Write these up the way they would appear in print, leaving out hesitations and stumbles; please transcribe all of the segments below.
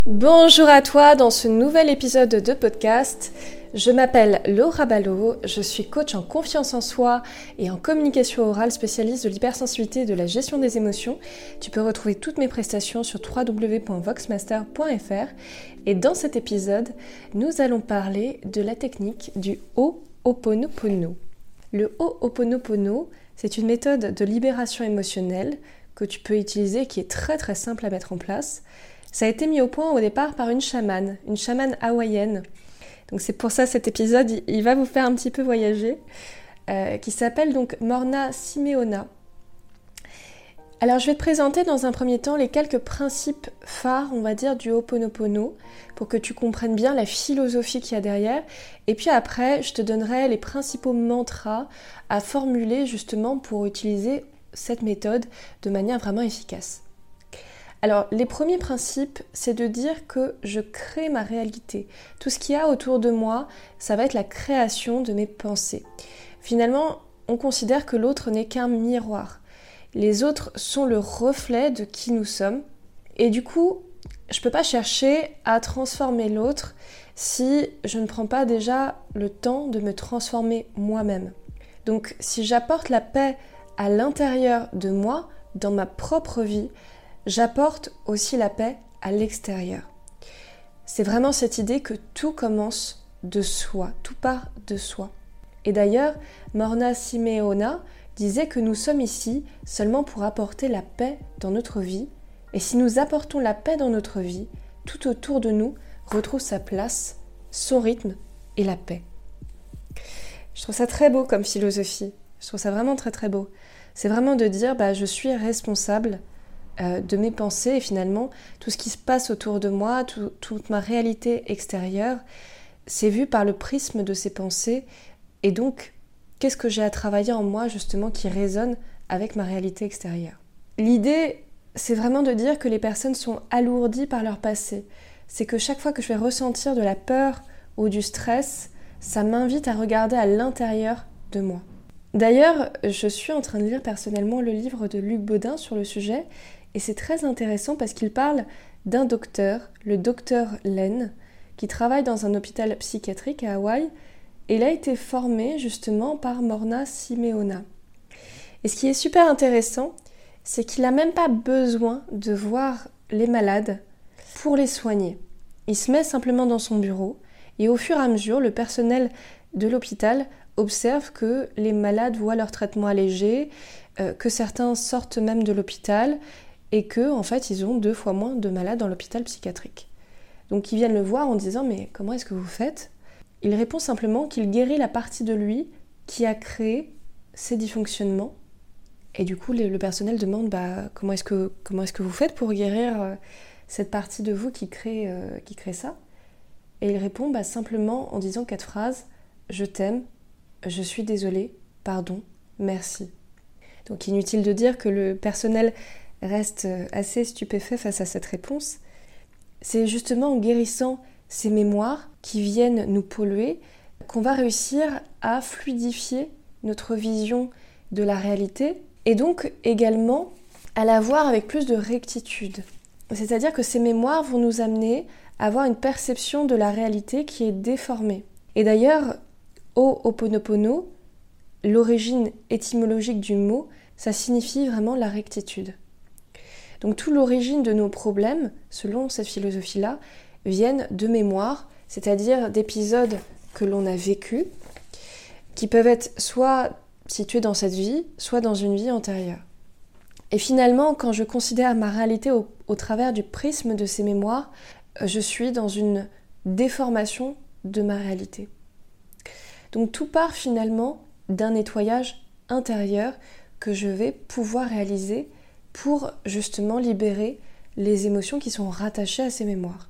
Bonjour à toi dans ce nouvel épisode de podcast. Je m'appelle Laura Ballot, je suis coach en confiance en soi et en communication orale, spécialiste de l'hypersensibilité et de la gestion des émotions. Tu peux retrouver toutes mes prestations sur www.voxmaster.fr et dans cet épisode, nous allons parler de la technique du Ho'oponopono. Le Ho'oponopono, c'est une méthode de libération émotionnelle que tu peux utiliser qui est très très simple à mettre en place. Ça a été mis au point au départ par une chamane hawaïenne. Donc c'est pour ça cet épisode, il va vous faire un petit peu voyager, qui s'appelle donc Morna Simeona. Alors je vais te présenter dans un premier temps les quelques principes phares, on va dire, du Ho'oponopono, pour que tu comprennes bien la philosophie qu'il y a derrière. Et puis après, je te donnerai les principaux mantras à formuler justement pour utiliser cette méthode de manière vraiment efficace. Alors, les premiers principes, c'est de dire que je crée ma réalité. Tout ce qu'il y a autour de moi, ça va être la création de mes pensées. Finalement, on considère que l'autre n'est qu'un miroir. Les autres sont le reflet de qui nous sommes. Et du coup, je ne peux pas chercher à transformer l'autre si je ne prends pas déjà le temps de me transformer moi-même. Donc, si j'apporte la paix à l'intérieur de moi, dans ma propre vie, j'apporte aussi la paix à l'extérieur. C'est vraiment cette idée que tout commence de soi, tout part de soi. Et d'ailleurs, Morna Simeona disait que nous sommes ici seulement pour apporter la paix dans notre vie. Et si nous apportons la paix dans notre vie, tout autour de nous retrouve sa place, son rythme et la paix. Je trouve ça très beau comme philosophie. Je trouve ça vraiment très très beau. C'est vraiment de dire, je suis responsable de mes pensées et finalement tout ce qui se passe autour de moi, toute ma réalité extérieure, c'est vu par le prisme de ces pensées et donc qu'est-ce que j'ai à travailler en moi justement qui résonne avec ma réalité extérieure. L'idée, c'est vraiment de dire que les personnes sont alourdies par leur passé. C'est que chaque fois que je vais ressentir de la peur ou du stress, ça m'invite à regarder à l'intérieur de moi. D'ailleurs, je suis en train de lire personnellement le livre de Luc Bodin sur le sujet. Et c'est très intéressant parce qu'il parle d'un docteur, le docteur Len, qui travaille dans un hôpital psychiatrique à Hawaï. Et il a été formé justement par Morna Simeona. Et ce qui est super intéressant, c'est qu'il n'a même pas besoin de voir les malades pour les soigner. Il se met simplement dans son bureau et au fur et à mesure, le personnel de l'hôpital observe que les malades voient leur traitement allégé, que certains sortent même de l'hôpital et que en fait ils ont 2 fois moins de malades dans l'hôpital psychiatrique. Donc ils viennent le voir en disant « mais comment est-ce que vous faites ?» Il répond simplement qu'il guérit la partie de lui qui a créé ces dysfonctionnements. Et du coup le personnel demande « comment est-ce que vous faites pour guérir cette partie de vous qui crée ça ?» Et il répond simplement en disant 4 phrases « je t'aime, je suis désolé, pardon, merci ». Donc inutile de dire que le personnel reste assez stupéfait face à cette réponse. C'est justement en guérissant ces mémoires qui viennent nous polluer qu'on va réussir à fluidifier notre vision de la réalité et donc également à la voir avec plus de rectitude. C'est-à-dire que ces mémoires vont nous amener à avoir une perception de la réalité qui est déformée. Et d'ailleurs, Ho'oponopono, l'origine étymologique du mot, ça signifie vraiment la rectitude. Donc toute l'origine de nos problèmes, selon cette philosophie-là, viennent de mémoires, c'est-à-dire d'épisodes que l'on a vécus, qui peuvent être soit situés dans cette vie, soit dans une vie antérieure. Et finalement, quand je considère ma réalité au travers du prisme de ces mémoires, je suis dans une déformation de ma réalité. Donc tout part finalement d'un nettoyage intérieur que je vais pouvoir réaliser pour justement libérer les émotions qui sont rattachées à ces mémoires.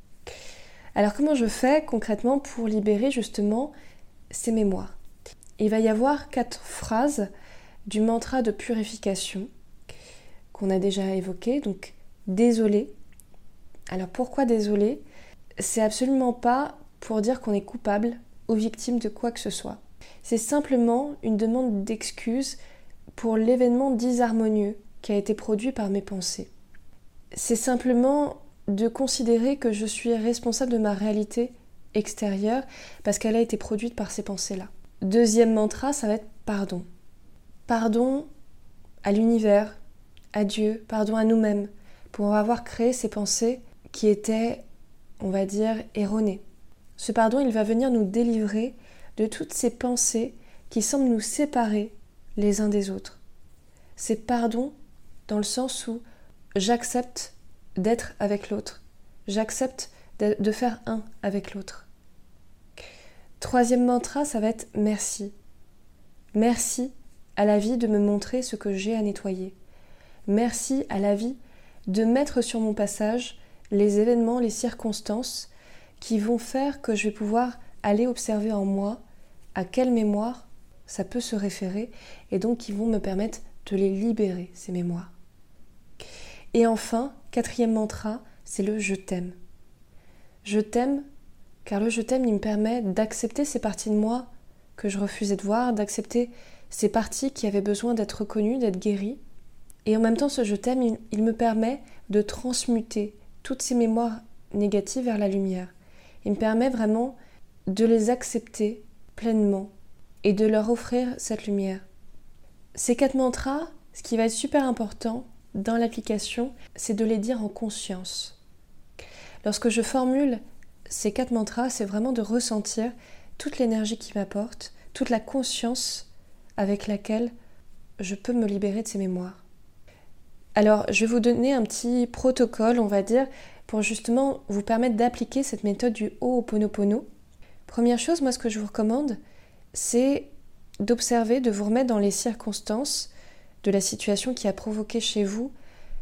Alors comment je fais concrètement pour libérer justement ces mémoires ? Il va y avoir 4 phrases du mantra de purification qu'on a déjà évoqué. Donc désolé. Alors pourquoi désolé ? C'est absolument pas pour dire qu'on est coupable ou victime de quoi que ce soit. C'est simplement une demande d'excuse pour l'événement disharmonieux qui a été produit par mes pensées. C'est simplement de considérer que je suis responsable de ma réalité extérieure parce qu'elle a été produite par ces pensées-là. Deuxième mantra, ça va être pardon. Pardon à l'univers, à Dieu, pardon à nous-mêmes pour avoir créé ces pensées qui étaient, on va dire, erronées. Ce pardon, il va venir nous délivrer de toutes ces pensées qui semblent nous séparer les uns des autres. C'est pardon dans le sens où j'accepte d'être avec l'autre. J'accepte de faire un avec l'autre. Troisième mantra, ça va être merci. Merci à la vie de me montrer ce que j'ai à nettoyer. Merci à la vie de mettre sur mon passage les événements, les circonstances qui vont faire que je vais pouvoir aller observer en moi à quelle mémoire ça peut se référer et donc qui vont me permettre de les libérer, ces mémoires. Et enfin, quatrième mantra, c'est le « je t'aime ». Je t'aime, car le « je t'aime », il me permet d'accepter ces parties de moi que je refusais de voir, d'accepter ces parties qui avaient besoin d'être reconnues, d'être guéries. Et en même temps, ce « je t'aime », il me permet de transmuter toutes ces mémoires négatives vers la lumière. Il me permet vraiment de les accepter pleinement et de leur offrir cette lumière. Ces 4 mantras, ce qui va être super important dans l'application, c'est de les dire en conscience. Lorsque je formule ces 4 mantras, c'est vraiment de ressentir toute l'énergie qui m'apporte, toute la conscience avec laquelle je peux me libérer de ces mémoires. Alors, je vais vous donner un petit protocole, on va dire, pour justement vous permettre d'appliquer cette méthode du Ho'oponopono. Première chose, moi, ce que je vous recommande, c'est d'observer, de vous remettre dans les circonstances de la situation qui a provoqué chez vous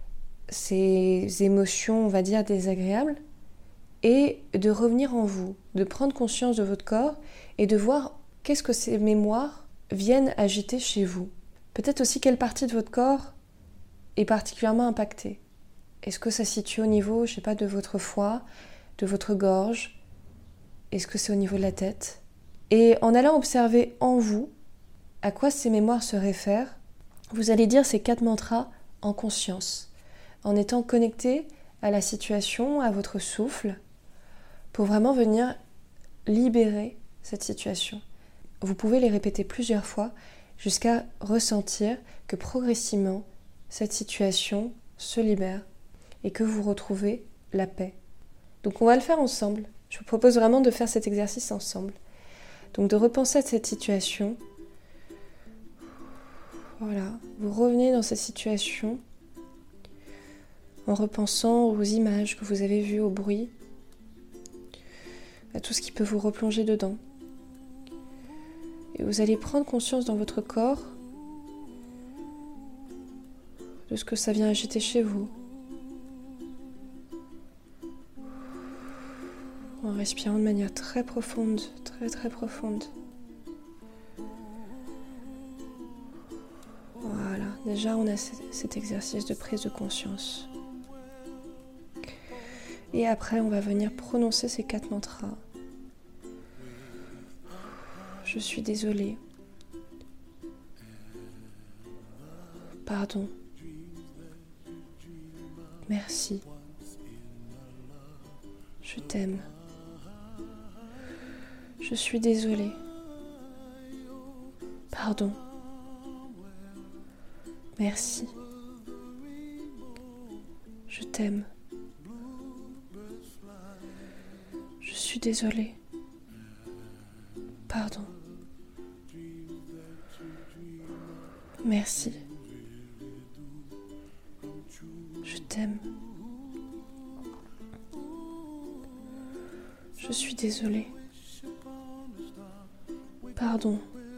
ces émotions, on va dire, désagréables, et de revenir en vous, de prendre conscience de votre corps et de voir qu'est-ce que ces mémoires viennent agiter chez vous. Peut-être aussi quelle partie de votre corps est particulièrement impactée. Est-ce que ça se situe au niveau, je sais pas, de votre foie, de votre gorge? Est-ce que c'est au niveau de la tête? Et en allant observer en vous à quoi ces mémoires se réfèrent, vous allez dire ces 4 mantras en conscience, en étant connecté à la situation, à votre souffle, pour vraiment venir libérer cette situation. Vous pouvez les répéter plusieurs fois jusqu'à ressentir que progressivement, cette situation se libère et que vous retrouvez la paix. Donc on va le faire ensemble. Je vous propose vraiment de faire cet exercice ensemble. Donc de repenser à cette situation. Voilà, vous revenez dans cette situation en repensant aux images que vous avez vues, au bruit, à tout ce qui peut vous replonger dedans. Et vous allez prendre conscience dans votre corps de ce que ça vient agiter chez vous. En respirant de manière très profonde, très très profonde. Voilà, déjà on a cet exercice de prise de conscience. Et après on va venir prononcer ces 4 mantras. Je suis désolée. Pardon. Merci. Je t'aime. Je suis désolée. Pardon. Merci. Je t'aime. Je suis désolée. Pardon. Merci. Je t'aime. Je suis désolée. Pardon.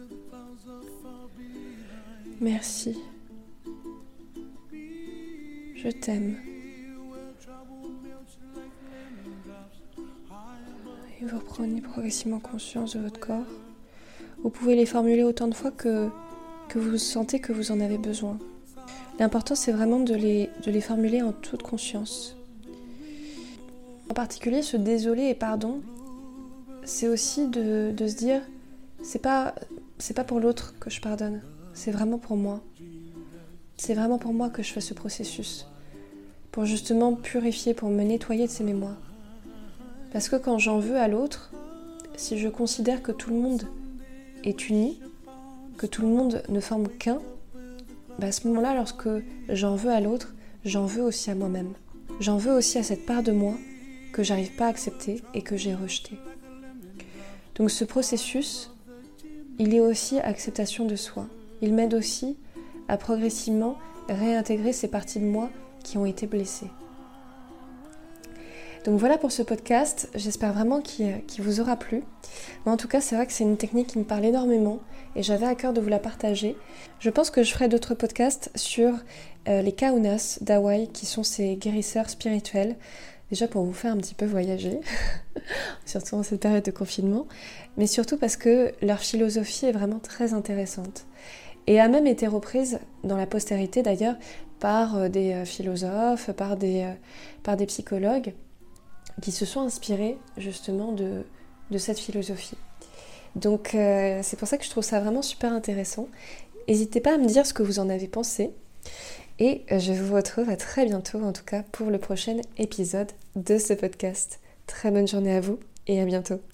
Merci. Je t'aime. Et vous reprenez progressivement conscience de votre corps. Vous pouvez les formuler autant de fois que vous sentez que vous en avez besoin. L'important, c'est vraiment de les formuler en toute conscience. En particulier, ce désolé et pardon, c'est aussi de se dire, c'est pas pour l'autre que je pardonne, c'est vraiment pour moi. C'est vraiment pour moi que je fais ce processus. pour justement purifier, pour me nettoyer de ces mémoires. Parce que quand j'en veux à l'autre, si je considère que tout le monde est uni, que tout le monde ne forme qu'un, à ce moment-là, lorsque j'en veux à l'autre, j'en veux aussi à moi-même. J'en veux aussi à cette part de moi que j'arrive pas à accepter et que j'ai rejetée. Donc ce processus, il est aussi acceptation de soi. Il m'aide aussi à progressivement réintégrer ces parties de moi qui ont été blessées. Donc voilà pour ce podcast, j'espère vraiment qu'il vous aura plu. Mais en tout cas, c'est vrai que c'est une technique qui me parle énormément et j'avais à cœur de vous la partager. Je pense que je ferai d'autres podcasts sur les Kaunas d'Hawaï, qui sont ces guérisseurs spirituels. Déjà pour vous faire un petit peu voyager, surtout en cette période de confinement, mais surtout parce que leur philosophie est vraiment très intéressante. Et a même été reprise dans la postérité d'ailleurs par des philosophes, par des psychologues qui se sont inspirés justement de cette philosophie. Donc c'est pour ça que je trouve ça vraiment super intéressant. N'hésitez pas à me dire ce que vous en avez pensé. Et je vous retrouve à très bientôt, en tout cas pour le prochain épisode de ce podcast. Très bonne journée à vous et à bientôt.